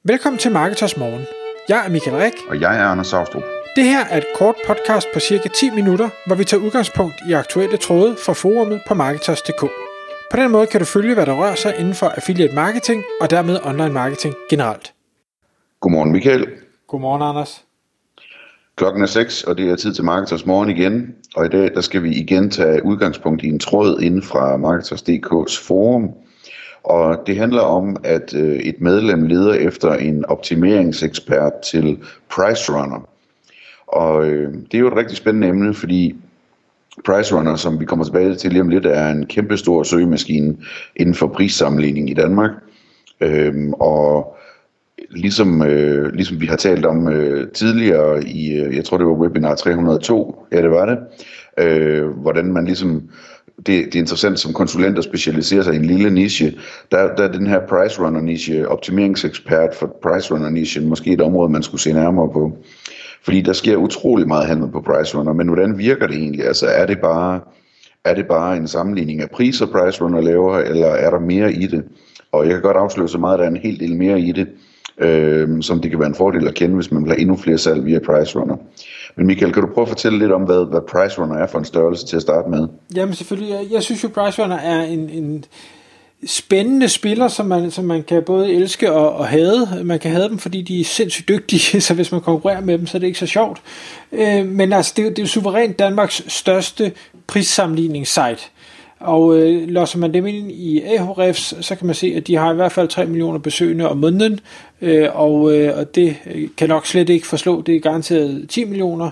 Velkommen til Marketers Morgen. Jeg er Michael Rik. Og jeg er Anders Saustrup. Det her er et kort podcast på cirka 10 minutter, hvor vi tager udgangspunkt i aktuelle tråde fra forumet på Marketers.dk. På den måde kan du følge, hvad der rører sig inden for affiliate marketing og dermed online marketing generelt. Godmorgen Michael. Godmorgen Anders. Klokken er 6, og det er tid til Marketers Morgen igen. Og i dag der skal vi igen tage udgangspunkt i en tråd inden fra Marketers.dk's forum. Og det handler om, at et medlem leder efter en optimeringsekspert til PriceRunner. Og det er jo et rigtig spændende emne, fordi PriceRunner, som vi kommer tilbage til lige om lidt, er en kæmpestor søgemaskine inden for prissammenligning i Danmark. Og ligesom vi har talt om tidligere i, jeg tror det var webinar 302, ja det var det, hvordan man ligesom, det er interessant som konsulent at specialisere sig i en lille niche, der er den her PriceRunner niche, optimeringsekspert for PriceRunner nichen, måske et område man skulle se nærmere på. Fordi der sker utrolig meget handel på PriceRunner, men hvordan virker det egentlig? Altså er det bare en sammenligning af priser PriceRunner laver, eller er der mere i det? Og jeg kan godt afsløre så meget, at der er en hel del mere i det, som det kan være en fordel at kende, hvis man vil have endnu flere salg via PriceRunner. Men Michael, kan du prøve at fortælle lidt om, hvad PriceRunner er for en størrelse til at starte med? Jamen selvfølgelig, jeg synes jo, PriceRunner er en spændende spiller, som man kan både elske og hade. Man kan hade dem, fordi de er sindssygt dygtige, så hvis man konkurrerer med dem, så er det ikke så sjovt. Men altså, det er jo suverænt Danmarks største prissammenligningssite. Og låser man dem ind i Ahrefs, så kan man se, at de har i hvert fald 3 millioner besøgende om måneden, og det kan nok slet ikke forslå, det er garanteret 10 millioner.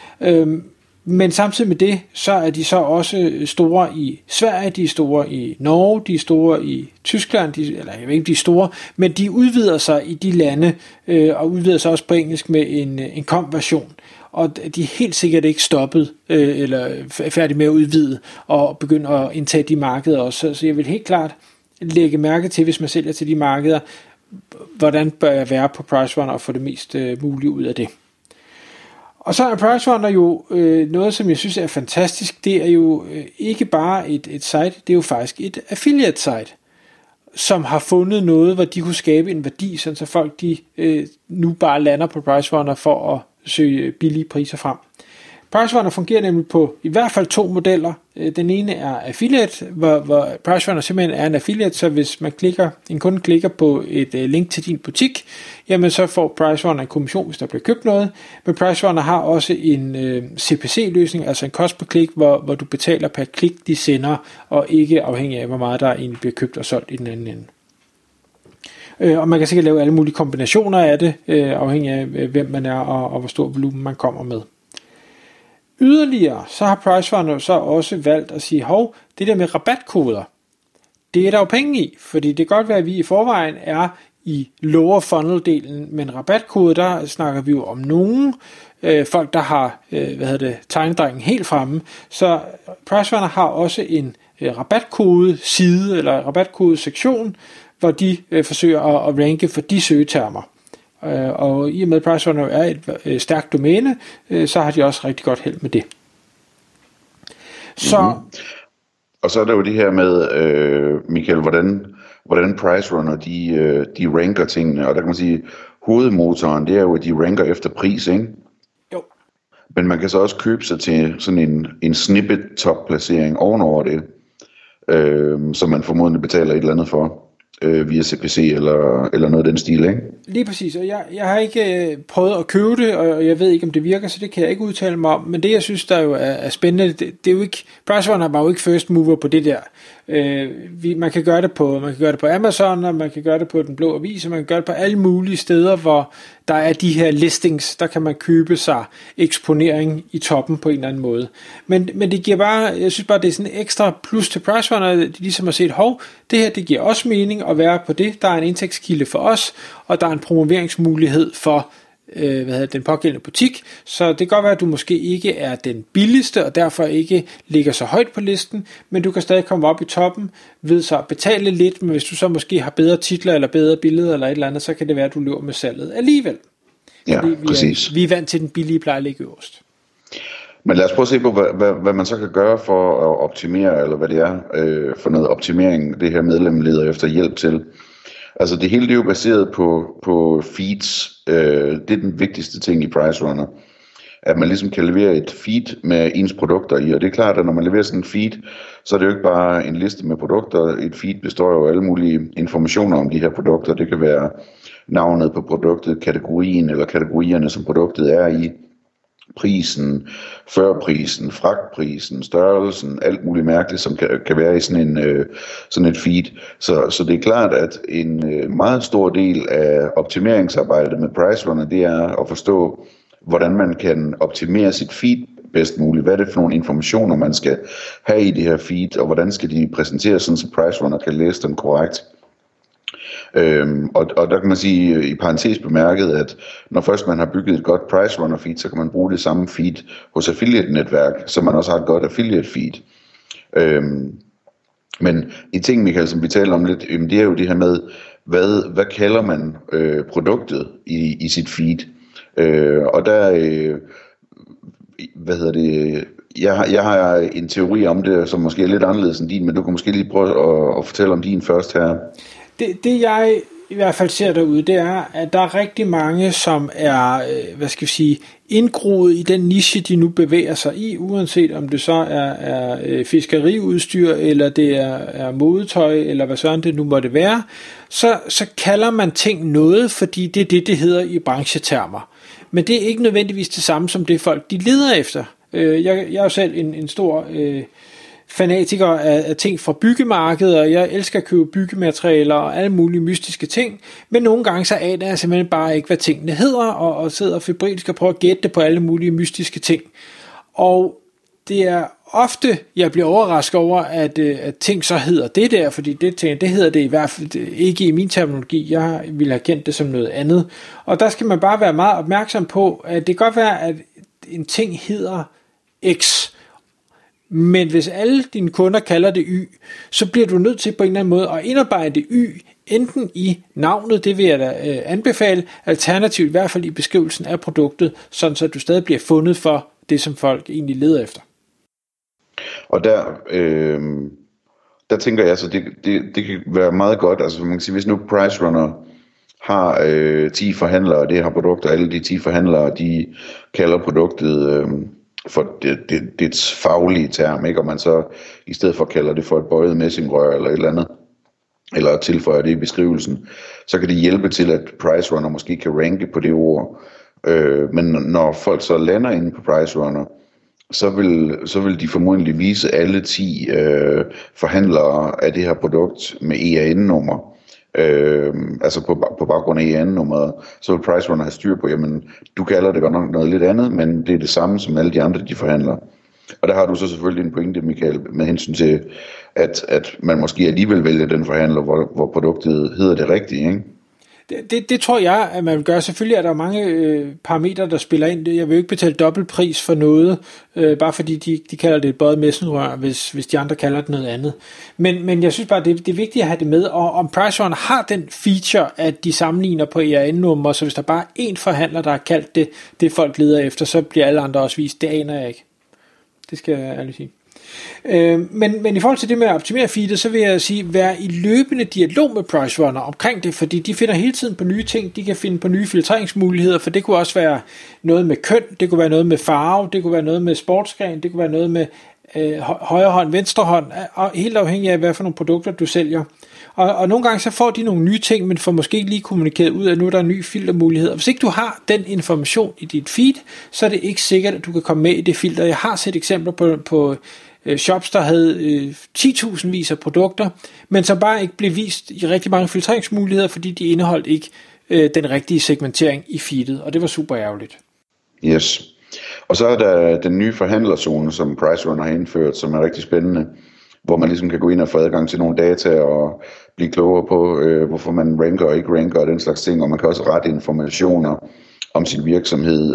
Men samtidig med det, så er de så også store i Sverige, de er store i Norge, de er store i Tyskland, eller jeg ved ikke, de er store, men de udvider sig i de lande, og udvider sig også på engelsk med en kom-version. Og de er helt sikkert ikke stoppet, eller færdige med at udvide, og begynde at indtage de markeder også. Så jeg vil helt klart lægge mærke til, hvis man sælger til de markeder, hvordan bør jeg være på PriceRunner og få det mest muligt ud af det. Og så er PriceRunner jo noget, som jeg synes er fantastisk. Det er jo ikke bare et site, det er jo faktisk et affiliate site, som har fundet noget, hvor de kunne skabe en værdi, sådan så folk de nu bare lander på PriceRunner for at søge billige priser frem. PriceRunner fungerer nemlig på i hvert fald 2 modeller. Den ene er affiliate, hvor PriceRunner simpelthen er en affiliate, så hvis en kunde klikker på et link til din butik, jamen så får PriceRunner en kommission, hvis der bliver købt noget. Men PriceRunner har også en CPC-løsning, altså en kost per klik, hvor du betaler per klik, de sender, og ikke afhængig af, hvor meget der egentlig bliver købt og solgt i den anden ende. Og man kan sikkert lave alle mulige kombinationer af det, afhængig af hvem man er og hvor stor volumen man kommer med. Yderligere så har PriceRunner så også valgt at sige, det der med rabatkoder, det er der jo penge i, fordi det kan godt være, at vi i forvejen er i lower funnel-delen, men rabatkoder, der snakker vi jo om nogen folk, der har tegnedrengen helt fremme, så PriceRunner har også en rabatkode-side eller rabatkode-sektion, hvor de forsøger at ranke for de søgetermer. Og i og med PriceRunner er et stærkt domæne, så har de også rigtig godt held med det. Så Og så er der jo det her med, Michael, hvordan PriceRunner de ranker tingene, og der kan man sige, hovedmotoren, det er jo, at de ranker efter pris, ikke? Jo. Men man kan så også købe sig til sådan en snippet topplacering ovenover det, som man formodentlig betaler et eller andet for. Via CPC eller noget af den stil, ikke? Lige præcis, og jeg har ikke prøvet at købe det, og jeg ved ikke, om det virker, så det kan jeg ikke udtale mig om, men det, jeg synes, der jo er spændende, det er jo ikke, PriceRunner var jo ikke first mover på det der. Man kan gøre det på Amazon, og man kan gøre det på Den Blå Avis, og man kan gøre det på alle mulige steder, hvor der er de her listings, der kan man købe sig eksponering i toppen på en eller anden måde. Men det giver bare, jeg synes bare, det er sådan en ekstra plus til PriceRunner, de ligesom har set, det her, det giver også mening at være på det, der er en indtægtskilde for os, og der er en promoveringsmulighed for den pågældende butik, så det kan godt være, at du måske ikke er den billigste, og derfor ikke ligger så højt på listen, men du kan stadig komme op i toppen ved så at betale lidt, men hvis du så måske har bedre titler, eller bedre billeder, eller et eller andet, så kan det være, at du løber med salget alligevel. Ja, præcis. Vi er vant til den billige pleje at ligge øverst. Men lad os prøve at se på, hvad man så kan gøre for at optimere, eller hvad det er for noget optimering, det her medlem leder efter hjælp til. Altså det hele det er jo baseret på feeds. Det er den vigtigste ting i Price Runner. At man ligesom kan levere et feed med ens produkter i. Og det er klart, at når man leverer sådan et feed, så er det jo ikke bare en liste med produkter. Et feed består jo af alle mulige informationer om de her produkter. Det kan være navnet på produktet, kategorien eller kategorierne, som produktet er i, prisen, førprisen, fragtprisen, størrelsen, alt muligt mærkeligt, som kan være i sådan et feed. Så det er klart, at en meget stor del af optimeringsarbejdet med Price Runner, det er at forstå, hvordan man kan optimere sit feed bedst muligt. Hvad er det for nogle informationer, man skal have i det her feed, og hvordan skal de præsenteres, sådan så Price Runner kan læse dem korrekt. Og der kan man sige i parentes bemærket, at når først man har bygget et godt Price Runner feed, så kan man bruge det samme feed hos affiliate-netværk, så man også har et godt affiliate feed. Men en ting, Michael, som vi taler om lidt, det er jo det her med, hvad kalder man produktet i sit feed. Og der, jeg har en teori om det, som måske er lidt anderledes end din, men du kan måske lige prøve at fortælle om din først her. Det jeg i hvert fald ser derude, det er, at der er rigtig mange, som er, indgroet i den niche, de nu bevæger sig i, uanset om det så er fiskeriudstyr, eller det er modetøj, eller hvad sådan det nu måtte være, så kalder man ting noget, fordi det er det hedder i branchetermer. Men det er ikke nødvendigvis det samme som det folk, de leder efter. Jeg er jo selv en stor fanatiker af ting fra byggemarkedet, og jeg elsker at købe byggematerialer og alle mulige mystiske ting, men nogle gange så aner jeg simpelthen bare ikke, hvad tingene hedder, og sidder febrilsk og prøver at gætte på alle mulige mystiske ting. Og det er ofte, jeg bliver overrasket over, at ting så hedder det der, fordi det hedder det i hvert fald ikke i min terminologi. Jeg ville have kendt det som noget andet. Og der skal man bare være meget opmærksom på, at det kan godt være, at en ting hedder X, men hvis alle dine kunder kalder det Y, så bliver du nødt til på en eller anden måde at indarbejde Y enten i navnet, det vil jeg da anbefale, alternativt i hvert fald i beskrivelsen af produktet, sådan så du stadig bliver fundet for det, som folk egentlig leder efter. Og der tænker jeg, så det kan være meget godt, altså man kan sige, hvis nu Price Runner har 10 forhandlere af det her produkt, og alle de 10 forhandlere, de kalder produktet for dets faglige term, ikke? Og man så i stedet for kalder det for et bøjet messingrør eller et eller andet, eller tilføjer det i beskrivelsen, så kan det hjælpe til, at Price Runner måske kan ranke på det ord. Men når folk så lander inde på Price Runner, så vil de formodentlig vise alle 10 forhandlere af det her produkt med EAN-nummer. Altså på baggrund af EAN-nummeret, så vil Price Runner have styr på, jamen du kalder det godt nok noget lidt andet, men det er det samme som alle de andre, de forhandler. Og der har du så selvfølgelig en pointe, Michael, med hensyn til, at man måske alligevel vælger den forhandler, hvor produktet hedder det rigtige, ikke? Det tror jeg, at man vil gøre. Selvfølgelig er der mange parametre, der spiller ind. Jeg vil jo ikke betale dobbelt pris for noget, bare fordi de kalder det et bøjet messenrør, hvis de andre kalder det noget andet. Men jeg synes bare, det er vigtigt at have det med. Og om Price Runner har den feature, at de sammenligner på EAN-nummer, så hvis der bare er én forhandler, der har kaldt det folk leder efter, så bliver alle andre også vist. Det aner jeg ikke. Det skal jeg ærligt sige. Men i forhold til det med at optimere feedet, så vil jeg sige, vær i løbende dialog med Price Runner omkring det, fordi de finder hele tiden på nye ting, de kan finde på nye filtreringsmuligheder, for det kunne også være noget med køn, det kunne være noget med farve, det kunne være noget med sportsgren, det kunne være noget med højre hånd, venstre hånd, og helt afhængig af, hvad for nogle produkter du sælger. Og nogle gange så får de nogle nye ting, men får måske ikke lige kommunikeret ud, at nu er der en ny filtermulighed. Og hvis ikke du har den information i dit feed, så er det ikke sikkert, at du kan komme med i det filter. Jeg har set eksempler på shops, der havde 10.000 vis af produkter, men som bare ikke blev vist i rigtig mange filtreringsmuligheder, fordi de indeholdt ikke den rigtige segmentering i feedet, og det var super ærgerligt. Yes. Og så er der den nye forhandlerzone, som Price Runner har indført, som er rigtig spændende, hvor man ligesom kan gå ind og få adgang til nogle data og blive klogere på, hvorfor man ranker og ikke ranker og den slags ting, og man kan også rette informationer om sin virksomhed,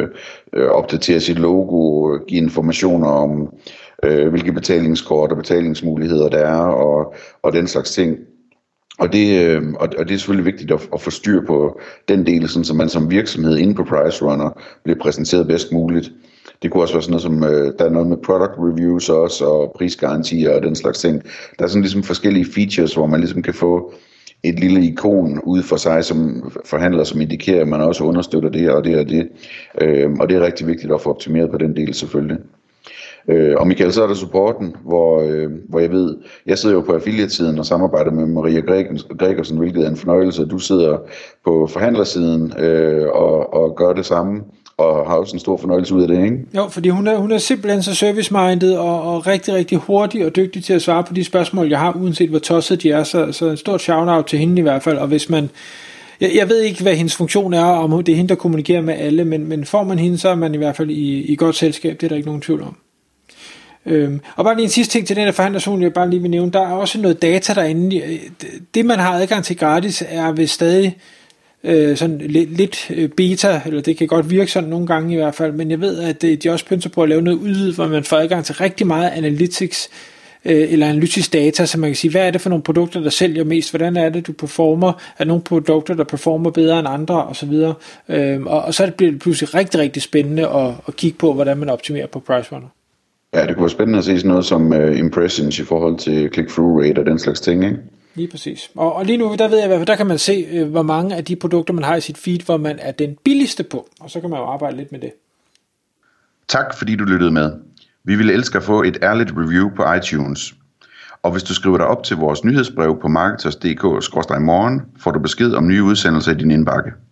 opdatere sit logo, give informationer om, hvilke betalingskort og betalingsmuligheder der er, og den slags ting. Og det er selvfølgelig vigtigt at få styr på den del, sådan, så man som virksomhed inde på Price Runner bliver præsenteret bedst muligt. Det kunne også være sådan noget som, der er noget med product reviews også, og prisgarantier og den slags ting. Der er sådan ligesom forskellige features, hvor man ligesom kan få et lille ikon ude for sig som forhandler, som indikerer, at man også understøtter det og det og det. Og det er rigtig vigtigt at få optimeret på den del selvfølgelig. Og Michael, så er der supporten, hvor jeg ved, jeg sidder jo på affiliate-siden og samarbejder med Maria Gregersen, hvilket er en fornøjelse. Du sidder på forhandlersiden og gør det samme, og har også en stor fornøjelse ud af det, ikke? Jo, fordi hun er simpelthen så service-minded og rigtig, rigtig hurtig og dygtig til at svare på de spørgsmål, jeg har, uanset hvor tosset de er. Så en stort shout-out til hende i hvert fald, og hvis man... Jeg ved ikke, hvad hendes funktion er, om det er hende, der kommunikerer med alle, men får man hende, så er man i hvert fald i godt selskab, det er der ikke nogen tvivl om. Og bare lige en sidste ting til den der forhandlerzone, jeg bare lige vil nævne, der er også noget data derinde. Det man har adgang til gratis er vist stadig sådan lidt beta, eller det kan godt virke sådan nogle gange i hvert fald, men jeg ved, at de også pynser på at lave noget udvidet, hvor man får adgang til rigtig meget analytics, eller analytisk data, så man kan sige, hvad er det for nogle produkter, der sælger mest, hvordan er det, du performer, er nogle produkter, der performer bedre end andre, og så videre, og så bliver det pludselig rigtig, rigtig spændende at kigge på, hvordan man optimerer på PriceRunner. Ja, det kunne være spændende at se sådan noget som impressions i forhold til click-through rate og den slags ting, ikke? Lige præcis. Og lige nu, der ved jeg i hvert fald, der kan man se, hvor mange af de produkter, man har i sit feed, hvor man er den billigste på, og så kan man jo arbejde lidt med det. Tak fordi du lyttede med. Vi ville elske at få et ærligt review på iTunes. Og hvis du skriver dig op til vores nyhedsbrev på marketers.dk/morgen, får du besked om nye udsendelser i din indbakke.